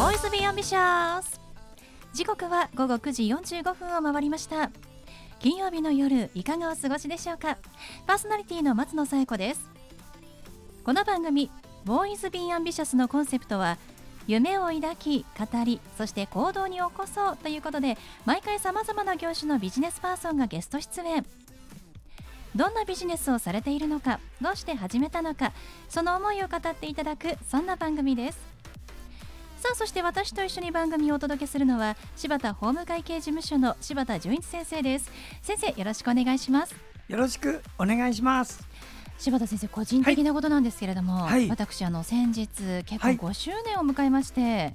ボーイズビーアンビシャス。時刻は午後9時45分を回りました。金曜日の夜いかがお過ごしでしょうか。パーソナリティの松野紗友子です。この番組ボーイズビーアンビシャスのコンセプトは夢を抱き語りそして行動に起こそうということで、毎回さまざまな業種のビジネスパーソンがゲスト出演。どんなビジネスをされているのか、どうして始めたのか、その思いを語っていただく、そんな番組です。さあ、そして私と一緒に番組をお届けするのは柴田法務会計事務所の柴田純一先生です。先生、よろしくお願いします。 よろしくお願いします。 柴田先生、個人的なことなんですけれども、 はい、 私先日結婚5周年を迎えまして、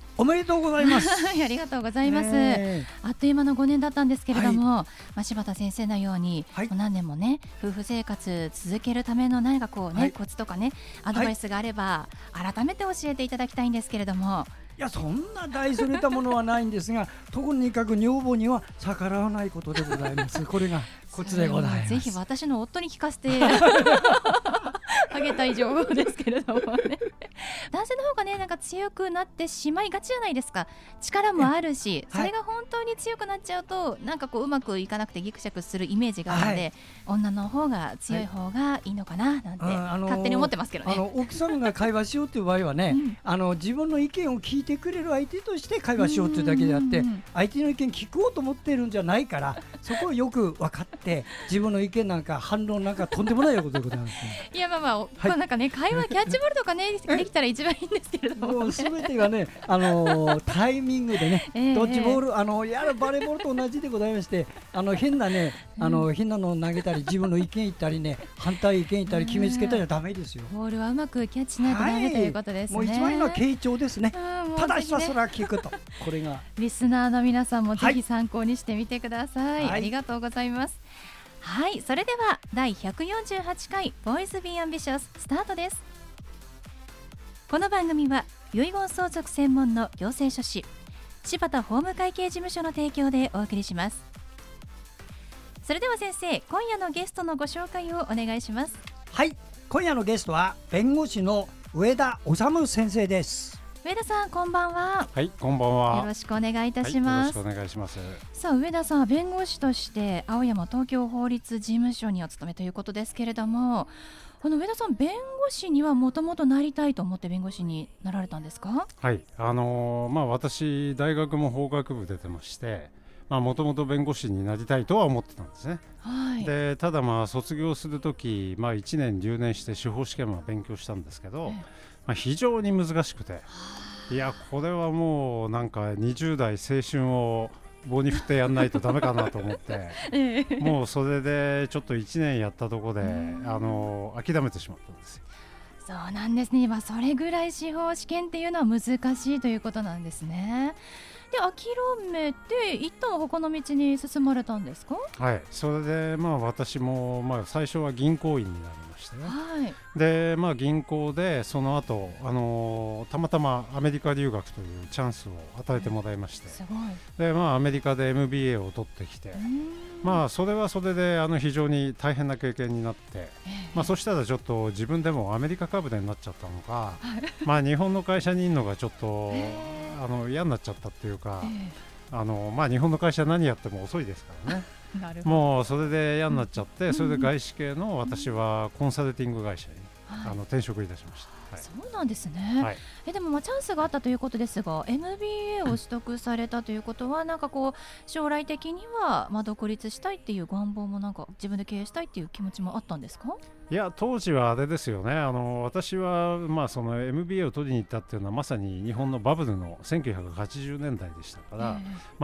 おめでとうございますありがとうございます、あっという間の5年だったんですけれども、柴田先生のように、何年もね夫婦生活続けるための何かこうね、コツとかねアドバイスがあれば、改めて教えていただきたいんですけれども。 いや、そんな大それたものはないんですがとにかく女房には逆らわないことでございますこれがコツでございます。 ぜひ私の夫に聞かせてあげたい情報ですけれどもね男性の方がねなんか強くなってしまいがちじゃないですか。力もあるし、それが本当に強くなっちゃうとなんかこううまくいかなくてギクシャクするイメージがあるので、女の方が強い方がいいのかななんて勝手に思ってますけどね。 奥様が会話しようという場合はね、自分の意見を聞いてくれる相手として会話しようというだけであって、相手の意見聞こうと思っているんじゃないから、そこをよく分かって自分の意見なんか反論なんかとんでもないことでございます、ね、 いやなんかね会話キャッチボールとかねできたら一番いいんですけれども、ね、 全てがねタイミングでね、ドッジボールやるバレーボールと同じでございまして、変なね変なのを投げたり自分の意見言ったりね反対意見言ったり決めつけたりはダメですよ。 ボールはうまくキャッチしないとダメということですね。 もう一番いいのは傾聴ですね。ただひたすら聞くと、これがリスナーの皆さんもぜひ参考にしてみてください、ありがとうございます。はい、それでは第148回ボーイズビーアンビシャススタートです。この番組は遺言相続専門の行政書士柴田法務会計事務所の提供でお送りします。それでは先生、今夜のゲストのご紹介をお願いします。 はい、今夜のゲストは弁護士の上田治先生です。 上田さん、こんばんは。 はい、こんばんは。 よろしくお願いいたします。 よろしくお願いします。 さあ、上田さん、弁護士として青山東京法律事務所にお勤めということですけれども、上田さん、弁護士にはもともとなりたいと思って弁護士になられたんですか？ はい、私大学も法学部出てまして、もともと弁護士になりたいとは思ってたんですね。でただ卒業するとき、1年留年して司法試験も勉強したんですけど、非常に難しくて、いやこれはもうなんか20代青春を棒に振ってやんないとダメかなと思ってもうそれでちょっと1年やったところで諦めてしまったんですよ。 そうなんですね。それぐらい司法試験っていうのは難しいということなんですね。で諦めて一旦他の道に進まれたんですか？ はい、それで私も最初は銀行員になりましてね、で銀行でその後たまたまアメリカ留学というチャンスを与えてもらいまして、 すごい。 でアメリカで MBA を取ってきて、それはそれで非常に大変な経験になって、そしたらちょっと自分でもアメリカ株でになっちゃったのか、日本の会社にいるのがちょっと嫌になっちゃったっていうか、日本の会社何やっても遅いですからねもうそれで嫌になっちゃって、それで外資系の私はコンサルティング会社に、転職いたしました。 そうなんですね、でもチャンスがあったということですが MBA を取得されたということは、なんかこう将来的には独立したいっていう願望もなんか自分で経営したいっていう気持ちもあったんですか？ いや当時はあれですよね、私はその MBA を取りに行ったっていうのはまさに日本のバブルの1980年代でしたから、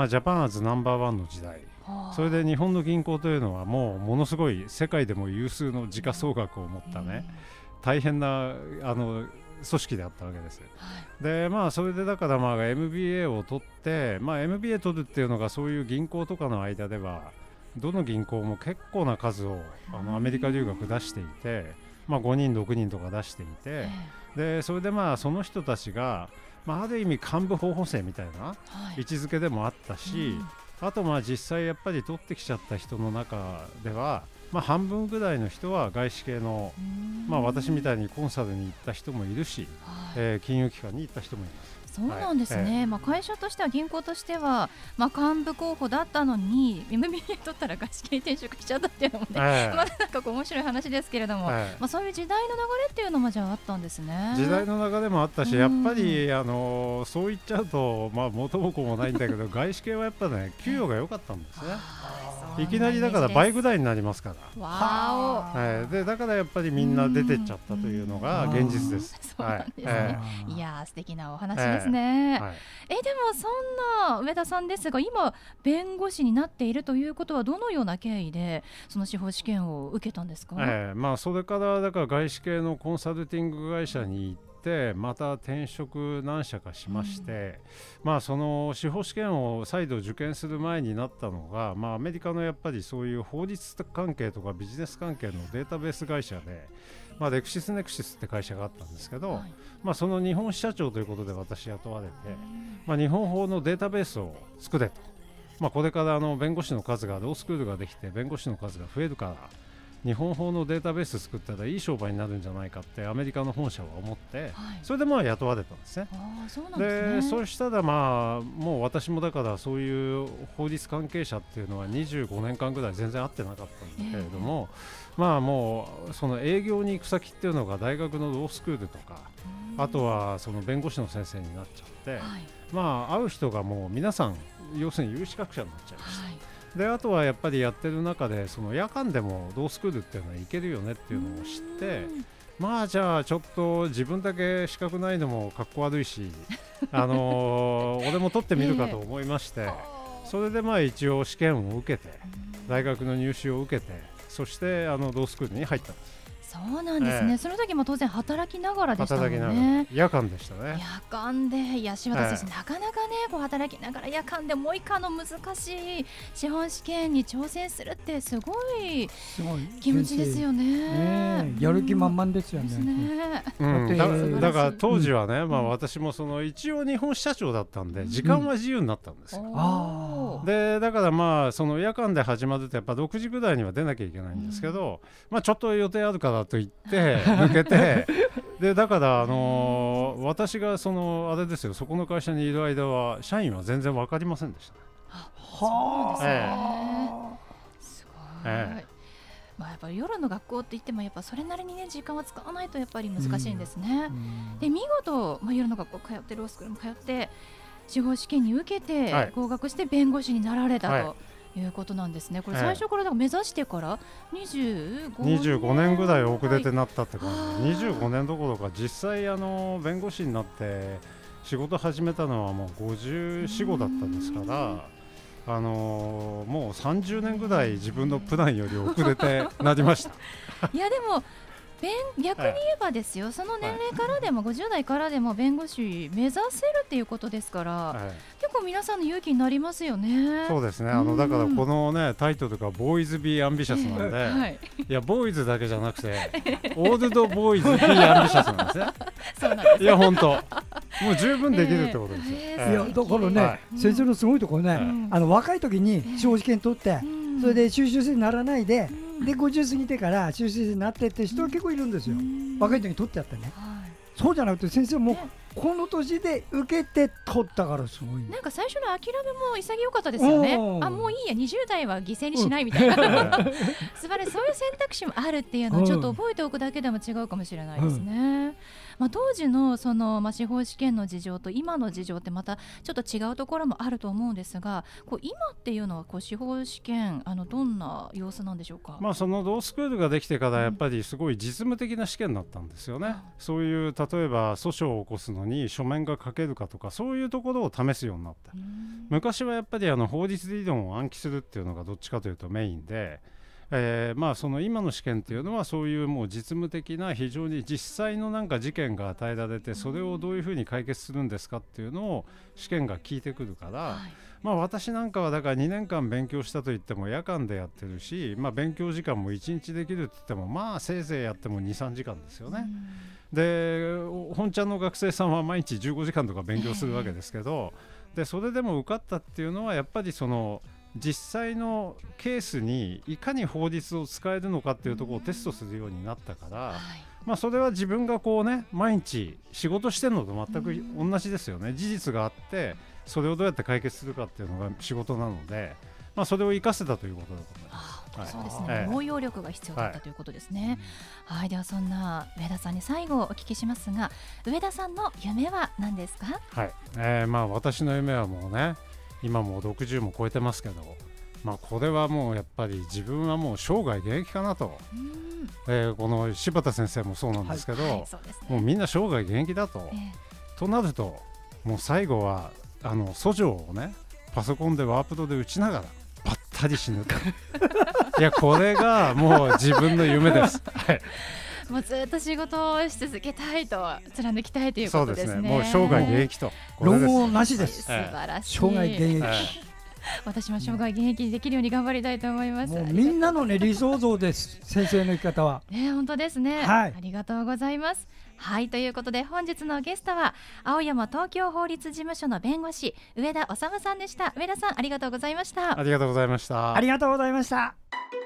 ジャパンアズナンバーワンの時代、それで日本の銀行というのはもうものすごい世界でも有数の時価総額を持ったね、大変な組織であったわけです。でそれでだからMBA を取って、MBA 取るっていうのがそういう銀行とかの間ではどの銀行も結構な数をアメリカ留学出していて、5人6人とか出していて、でそれでその人たちが、ある意味幹部候補生みたいな位置づけでもあったし、あと実際やっぱり取ってきちゃった人の中では、半分ぐらいの人は外資系の、私みたいにコンサルに行った人もいるし、金融機関に行った人もいます。 そうなんですね、会社としては銀行としては、幹部候補だったのに MBA 取ったら外資系に転職しちゃったっていうのもね、まだなんかこう面白い話ですけれども、そういう時代の流れっていうのもじゃああったんですね。 時代の流れもあったし、やっぱりそう言っちゃうと元も子もないんだけど外資系はやっぱね給与が良かったんですね。いきなりだから倍ぐらいになりますから。 わー、でだからやっぱりみんな出てっちゃったというのが現実です。 そうなんですね。いや素敵なお話ですね。でもそんな上田さんですが、今弁護士になっているということはどのような経緯でその司法試験を受けたんですか？ それからだから外資系のコンサルティング会社に行ってまた転職何社かしまして、その司法試験を再度受験する前になったのが、アメリカのやっぱりそういう法律関係とかビジネス関係のデータベース会社で、レクシスネクシスって会社があったんですけど、その日本支社長ということで私雇われて、日本法のデータベースを作れと、これから弁護士の数がロースクールができて弁護士の数が増えるから日本法のデータベース作ったらいい商売になるんじゃないかってアメリカの本社は思って、それで雇われたんですね。 そうなんですね。 そうしたらもう私もだからそういう法律関係者っていうのは25年間ぐらい全然会ってなかったんだけれども、もうその営業に行く先っていうのが大学のロースクールとか、あとはその弁護士の先生になっちゃって、会う人がもう皆さん要するに有資格者になっちゃいました。であとはやっぱりやってる中でその夜間でもロースクールっていうのはいけるよねっていうのを知って、じゃあちょっと自分だけ資格ないのもかっこ悪いし俺も取ってみるかと思いまして、それで一応試験を受けて大学の入試を受けて、そしてロースクールに入ったんです。 そうなんですね。その時も当然働きながらでしたもんね。 夜間でしたね。 夜間で、柴田先生、なかなかねこう働きながら夜間でもう一回難しい司法試験に挑戦するってすごい気持ちですよね。 やる気満々ですよね。 だから当時はね、私もその一応日本支社長だったんで時間は自由になったんですよ。でだからその夜間で始まるとやっぱ6時ぐらいには出なきゃいけないんですけど、ちょっと予定あるからと言って抜けてでだから私がそのあれですよ、そこの会社にいる間は社員は全然分かりませんでしたね。 そうですね。すごい。やっぱり夜の学校って言ってもやっぱそれなりにね時間は使わないとやっぱり難しいんですね。で見事、夜の学校通ってロースクールも通って司法試験に受けて合格して弁護士になられたと。いうことなんですね。これ最初から目指してから25 年ぐらい遅れてなったって感じ、25年どころか実際弁護士になって仕事始めたのはもう54、5だったですからもう30年ぐらい自分のプランより遅れてなりましたいやでも逆に言えばですよ、その年齢からでも50代からでも弁護士目指せるっていうことですから、結構皆さんの勇気になりますよね。 そうですね。だからこのねタイトルがボーイズビーアンビシャスなんで、いやボーイズだけじゃなくてオールドボーイズビーアンビシャスなんですね。 そうなんです。 いや本当もう十分できるってことですよ。 いやだからね、先生のすごいところね、若い時に司法試験取って、それで修習生にならないで50過ぎてから修習生になってって人は結構いるんですよ。若い時に取ってやってね。そうじゃなくて先生もこの年で受けて取ったからすごい。 なんか最初の諦めも潔かったですよね。もういいや、20代は犠牲にしないみたいな、素晴らしい。そういう選択肢もあるっていうのをちょっと覚えておくだけでも違うかもしれないですね。当時のその司法試験の事情と今の事情ってまたちょっと違うところもあると思うんですが、今っていうのは司法試験どんな様子なんでしょうか？ そのロースクールができてからやっぱりすごい実務的な試験だったんですよね。そういう例えば訴訟を起こすのに書面が書けるかとかそういうところを試すようになった。昔はやっぱり法律理論を暗記するっていうのがどっちかというとメインで、その今の試験っていうのはそういうもう実務的な非常に実際のなんか事件が与えられてそれをどういうふうに解決するんですかっていうのを試験が聞いてくるから、私なんかはだから2年間勉強したといっても夜間でやってるし、勉強時間も1日できるって言ってもせいぜいやっても 2,3 時間ですよね。で本ちゃんの学生さんは毎日15時間とか勉強するわけですけど、でそれでも受かったっていうのはやっぱりその実際のケースにいかに法律を使えるのかっていうところをテストするようになったから、 それは自分がこうね毎日仕事してるのと全く同じですよね。事実があってそれをどうやって解決するかっていうのが仕事なので、それを生かせたということだと思います。 そうですね、応用力が必要だったということですね。はい、ではそんな上田さんに最後お聞きしますが、上田さんの夢は何ですか？ はい、私の夢はもうね今もう60も超えてますけど、これはもうやっぱり自分はもう生涯現役かなと、この柴田先生もそうなんですけど、もうみんな生涯現役だと、となるともう最後は訴状をねパソコンでワープロで打ちながらばったり死ぬといやこれがもう自分の夢です。はい、 もうずっと仕事をし続けたいと貫きたいということですね。 そうですね、もう生涯現役と、 老後なしです。 素晴らしい。 生涯現役、 私も生涯現役できるように頑張りたいと思います。 もうみんなのね理想像です先生の生き方はね、本当ですね、 はい、 ありがとうございます。はい、ということで本日のゲストは青山東京法律事務所の弁護士上田治さんでした。上田さんありがとうございました。 ありがとうございました。 ありがとうございました。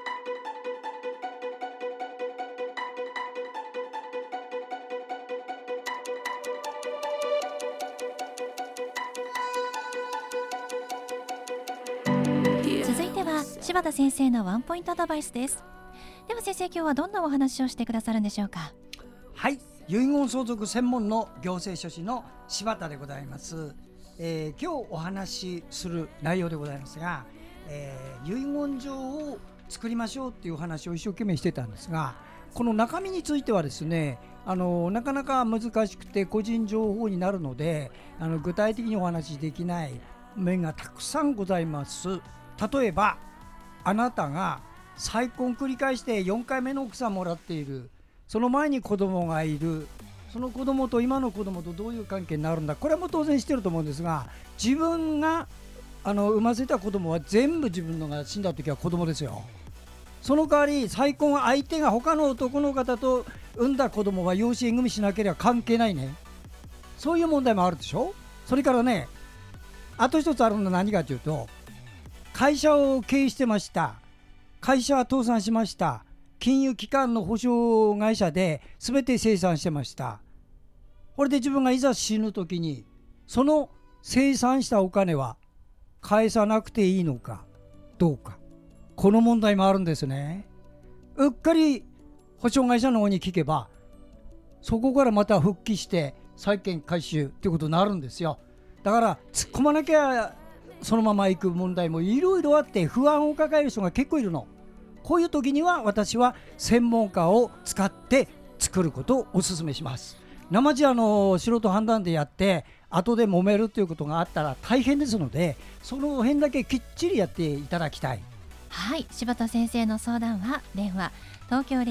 続いては柴田先生のワンポイントアドバイスです。では先生、今日はどんなお話をしてくださるんでしょうか？ はい、遺言相続専門の行政書士の柴田でございます。今日お話しする内容でございますが、遺言状を作りましょうっていう話を一生懸命してたんですが、この中身についてはですねなかなか難しくて個人情報になるので具体的にお話しできない面がたくさんございます。例えばあなたが再婚繰り返して4回目の奥さんもらっている、その前に子供がいる、その子供と今の子供とどういう関係になるんだ、これはもう当然してると思うんですが、自分が産ませた子供は全部自分のが死んだ時は子供ですよ。その代わり再婚相手が他の男の方と産んだ子供は養子縁組しなければ関係ないね。そういう問題もあるでしょ。それからね、あと一つあるのは何かというと、会社を経営してました、会社は倒産しました、金融機関の保証会社で全て清算してました。これで自分がいざ死ぬときにその清算したお金は返さなくていいのかどうか、この問題もあるんですね。うっかり保証会社の方に聞けばそこからまた復帰して債権回収っていうことになるんですよ。だから突っ込まなきゃそのまま行く問題もいろいろあって不安を抱える人が結構いるの。こういう時には私は専門家を使って作ることをお勧めします。生地素人判断でやって後で揉めるということがあったら大変ですので、その辺だけきっちりやっていただきたい。 はい、柴田先生の相談は電話東京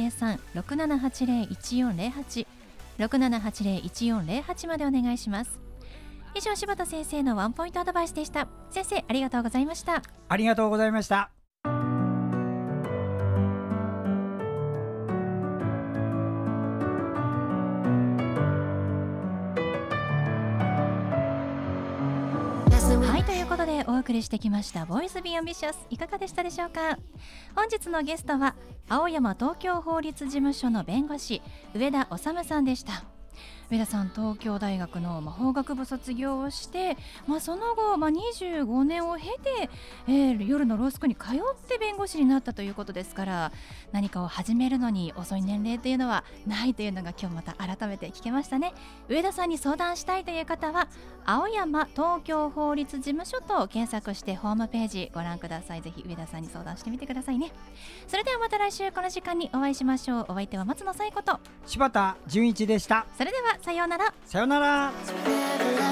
03-6780-1408 6780-1408 までお願いします。以上、柴田先生のワンポイントアドバイスでした。先生ありがとうございました。 ありがとうございました。 はい、ということでお送りしてきましたボイスビーアンビシャス、いかがでしたでしょうか？本日のゲストは青山東京法律事務所の弁護士上田治さんでした。上田さん、東京大学の法学部卒業をして、その後、25年を経て、夜のロースクールに通って弁護士になったということですから、何かを始めるのに遅い年齢というのはないというのが今日また改めて聞けましたね。上田さんに相談したいという方は青山東京法律事務所と検索してホームページご覧ください。ぜひ上田さんに相談してみてくださいね。それではまた来週この時間にお会いしましょう。お相手は松野紗友子と柴田純一でした。 それではさようなら。 さようなら。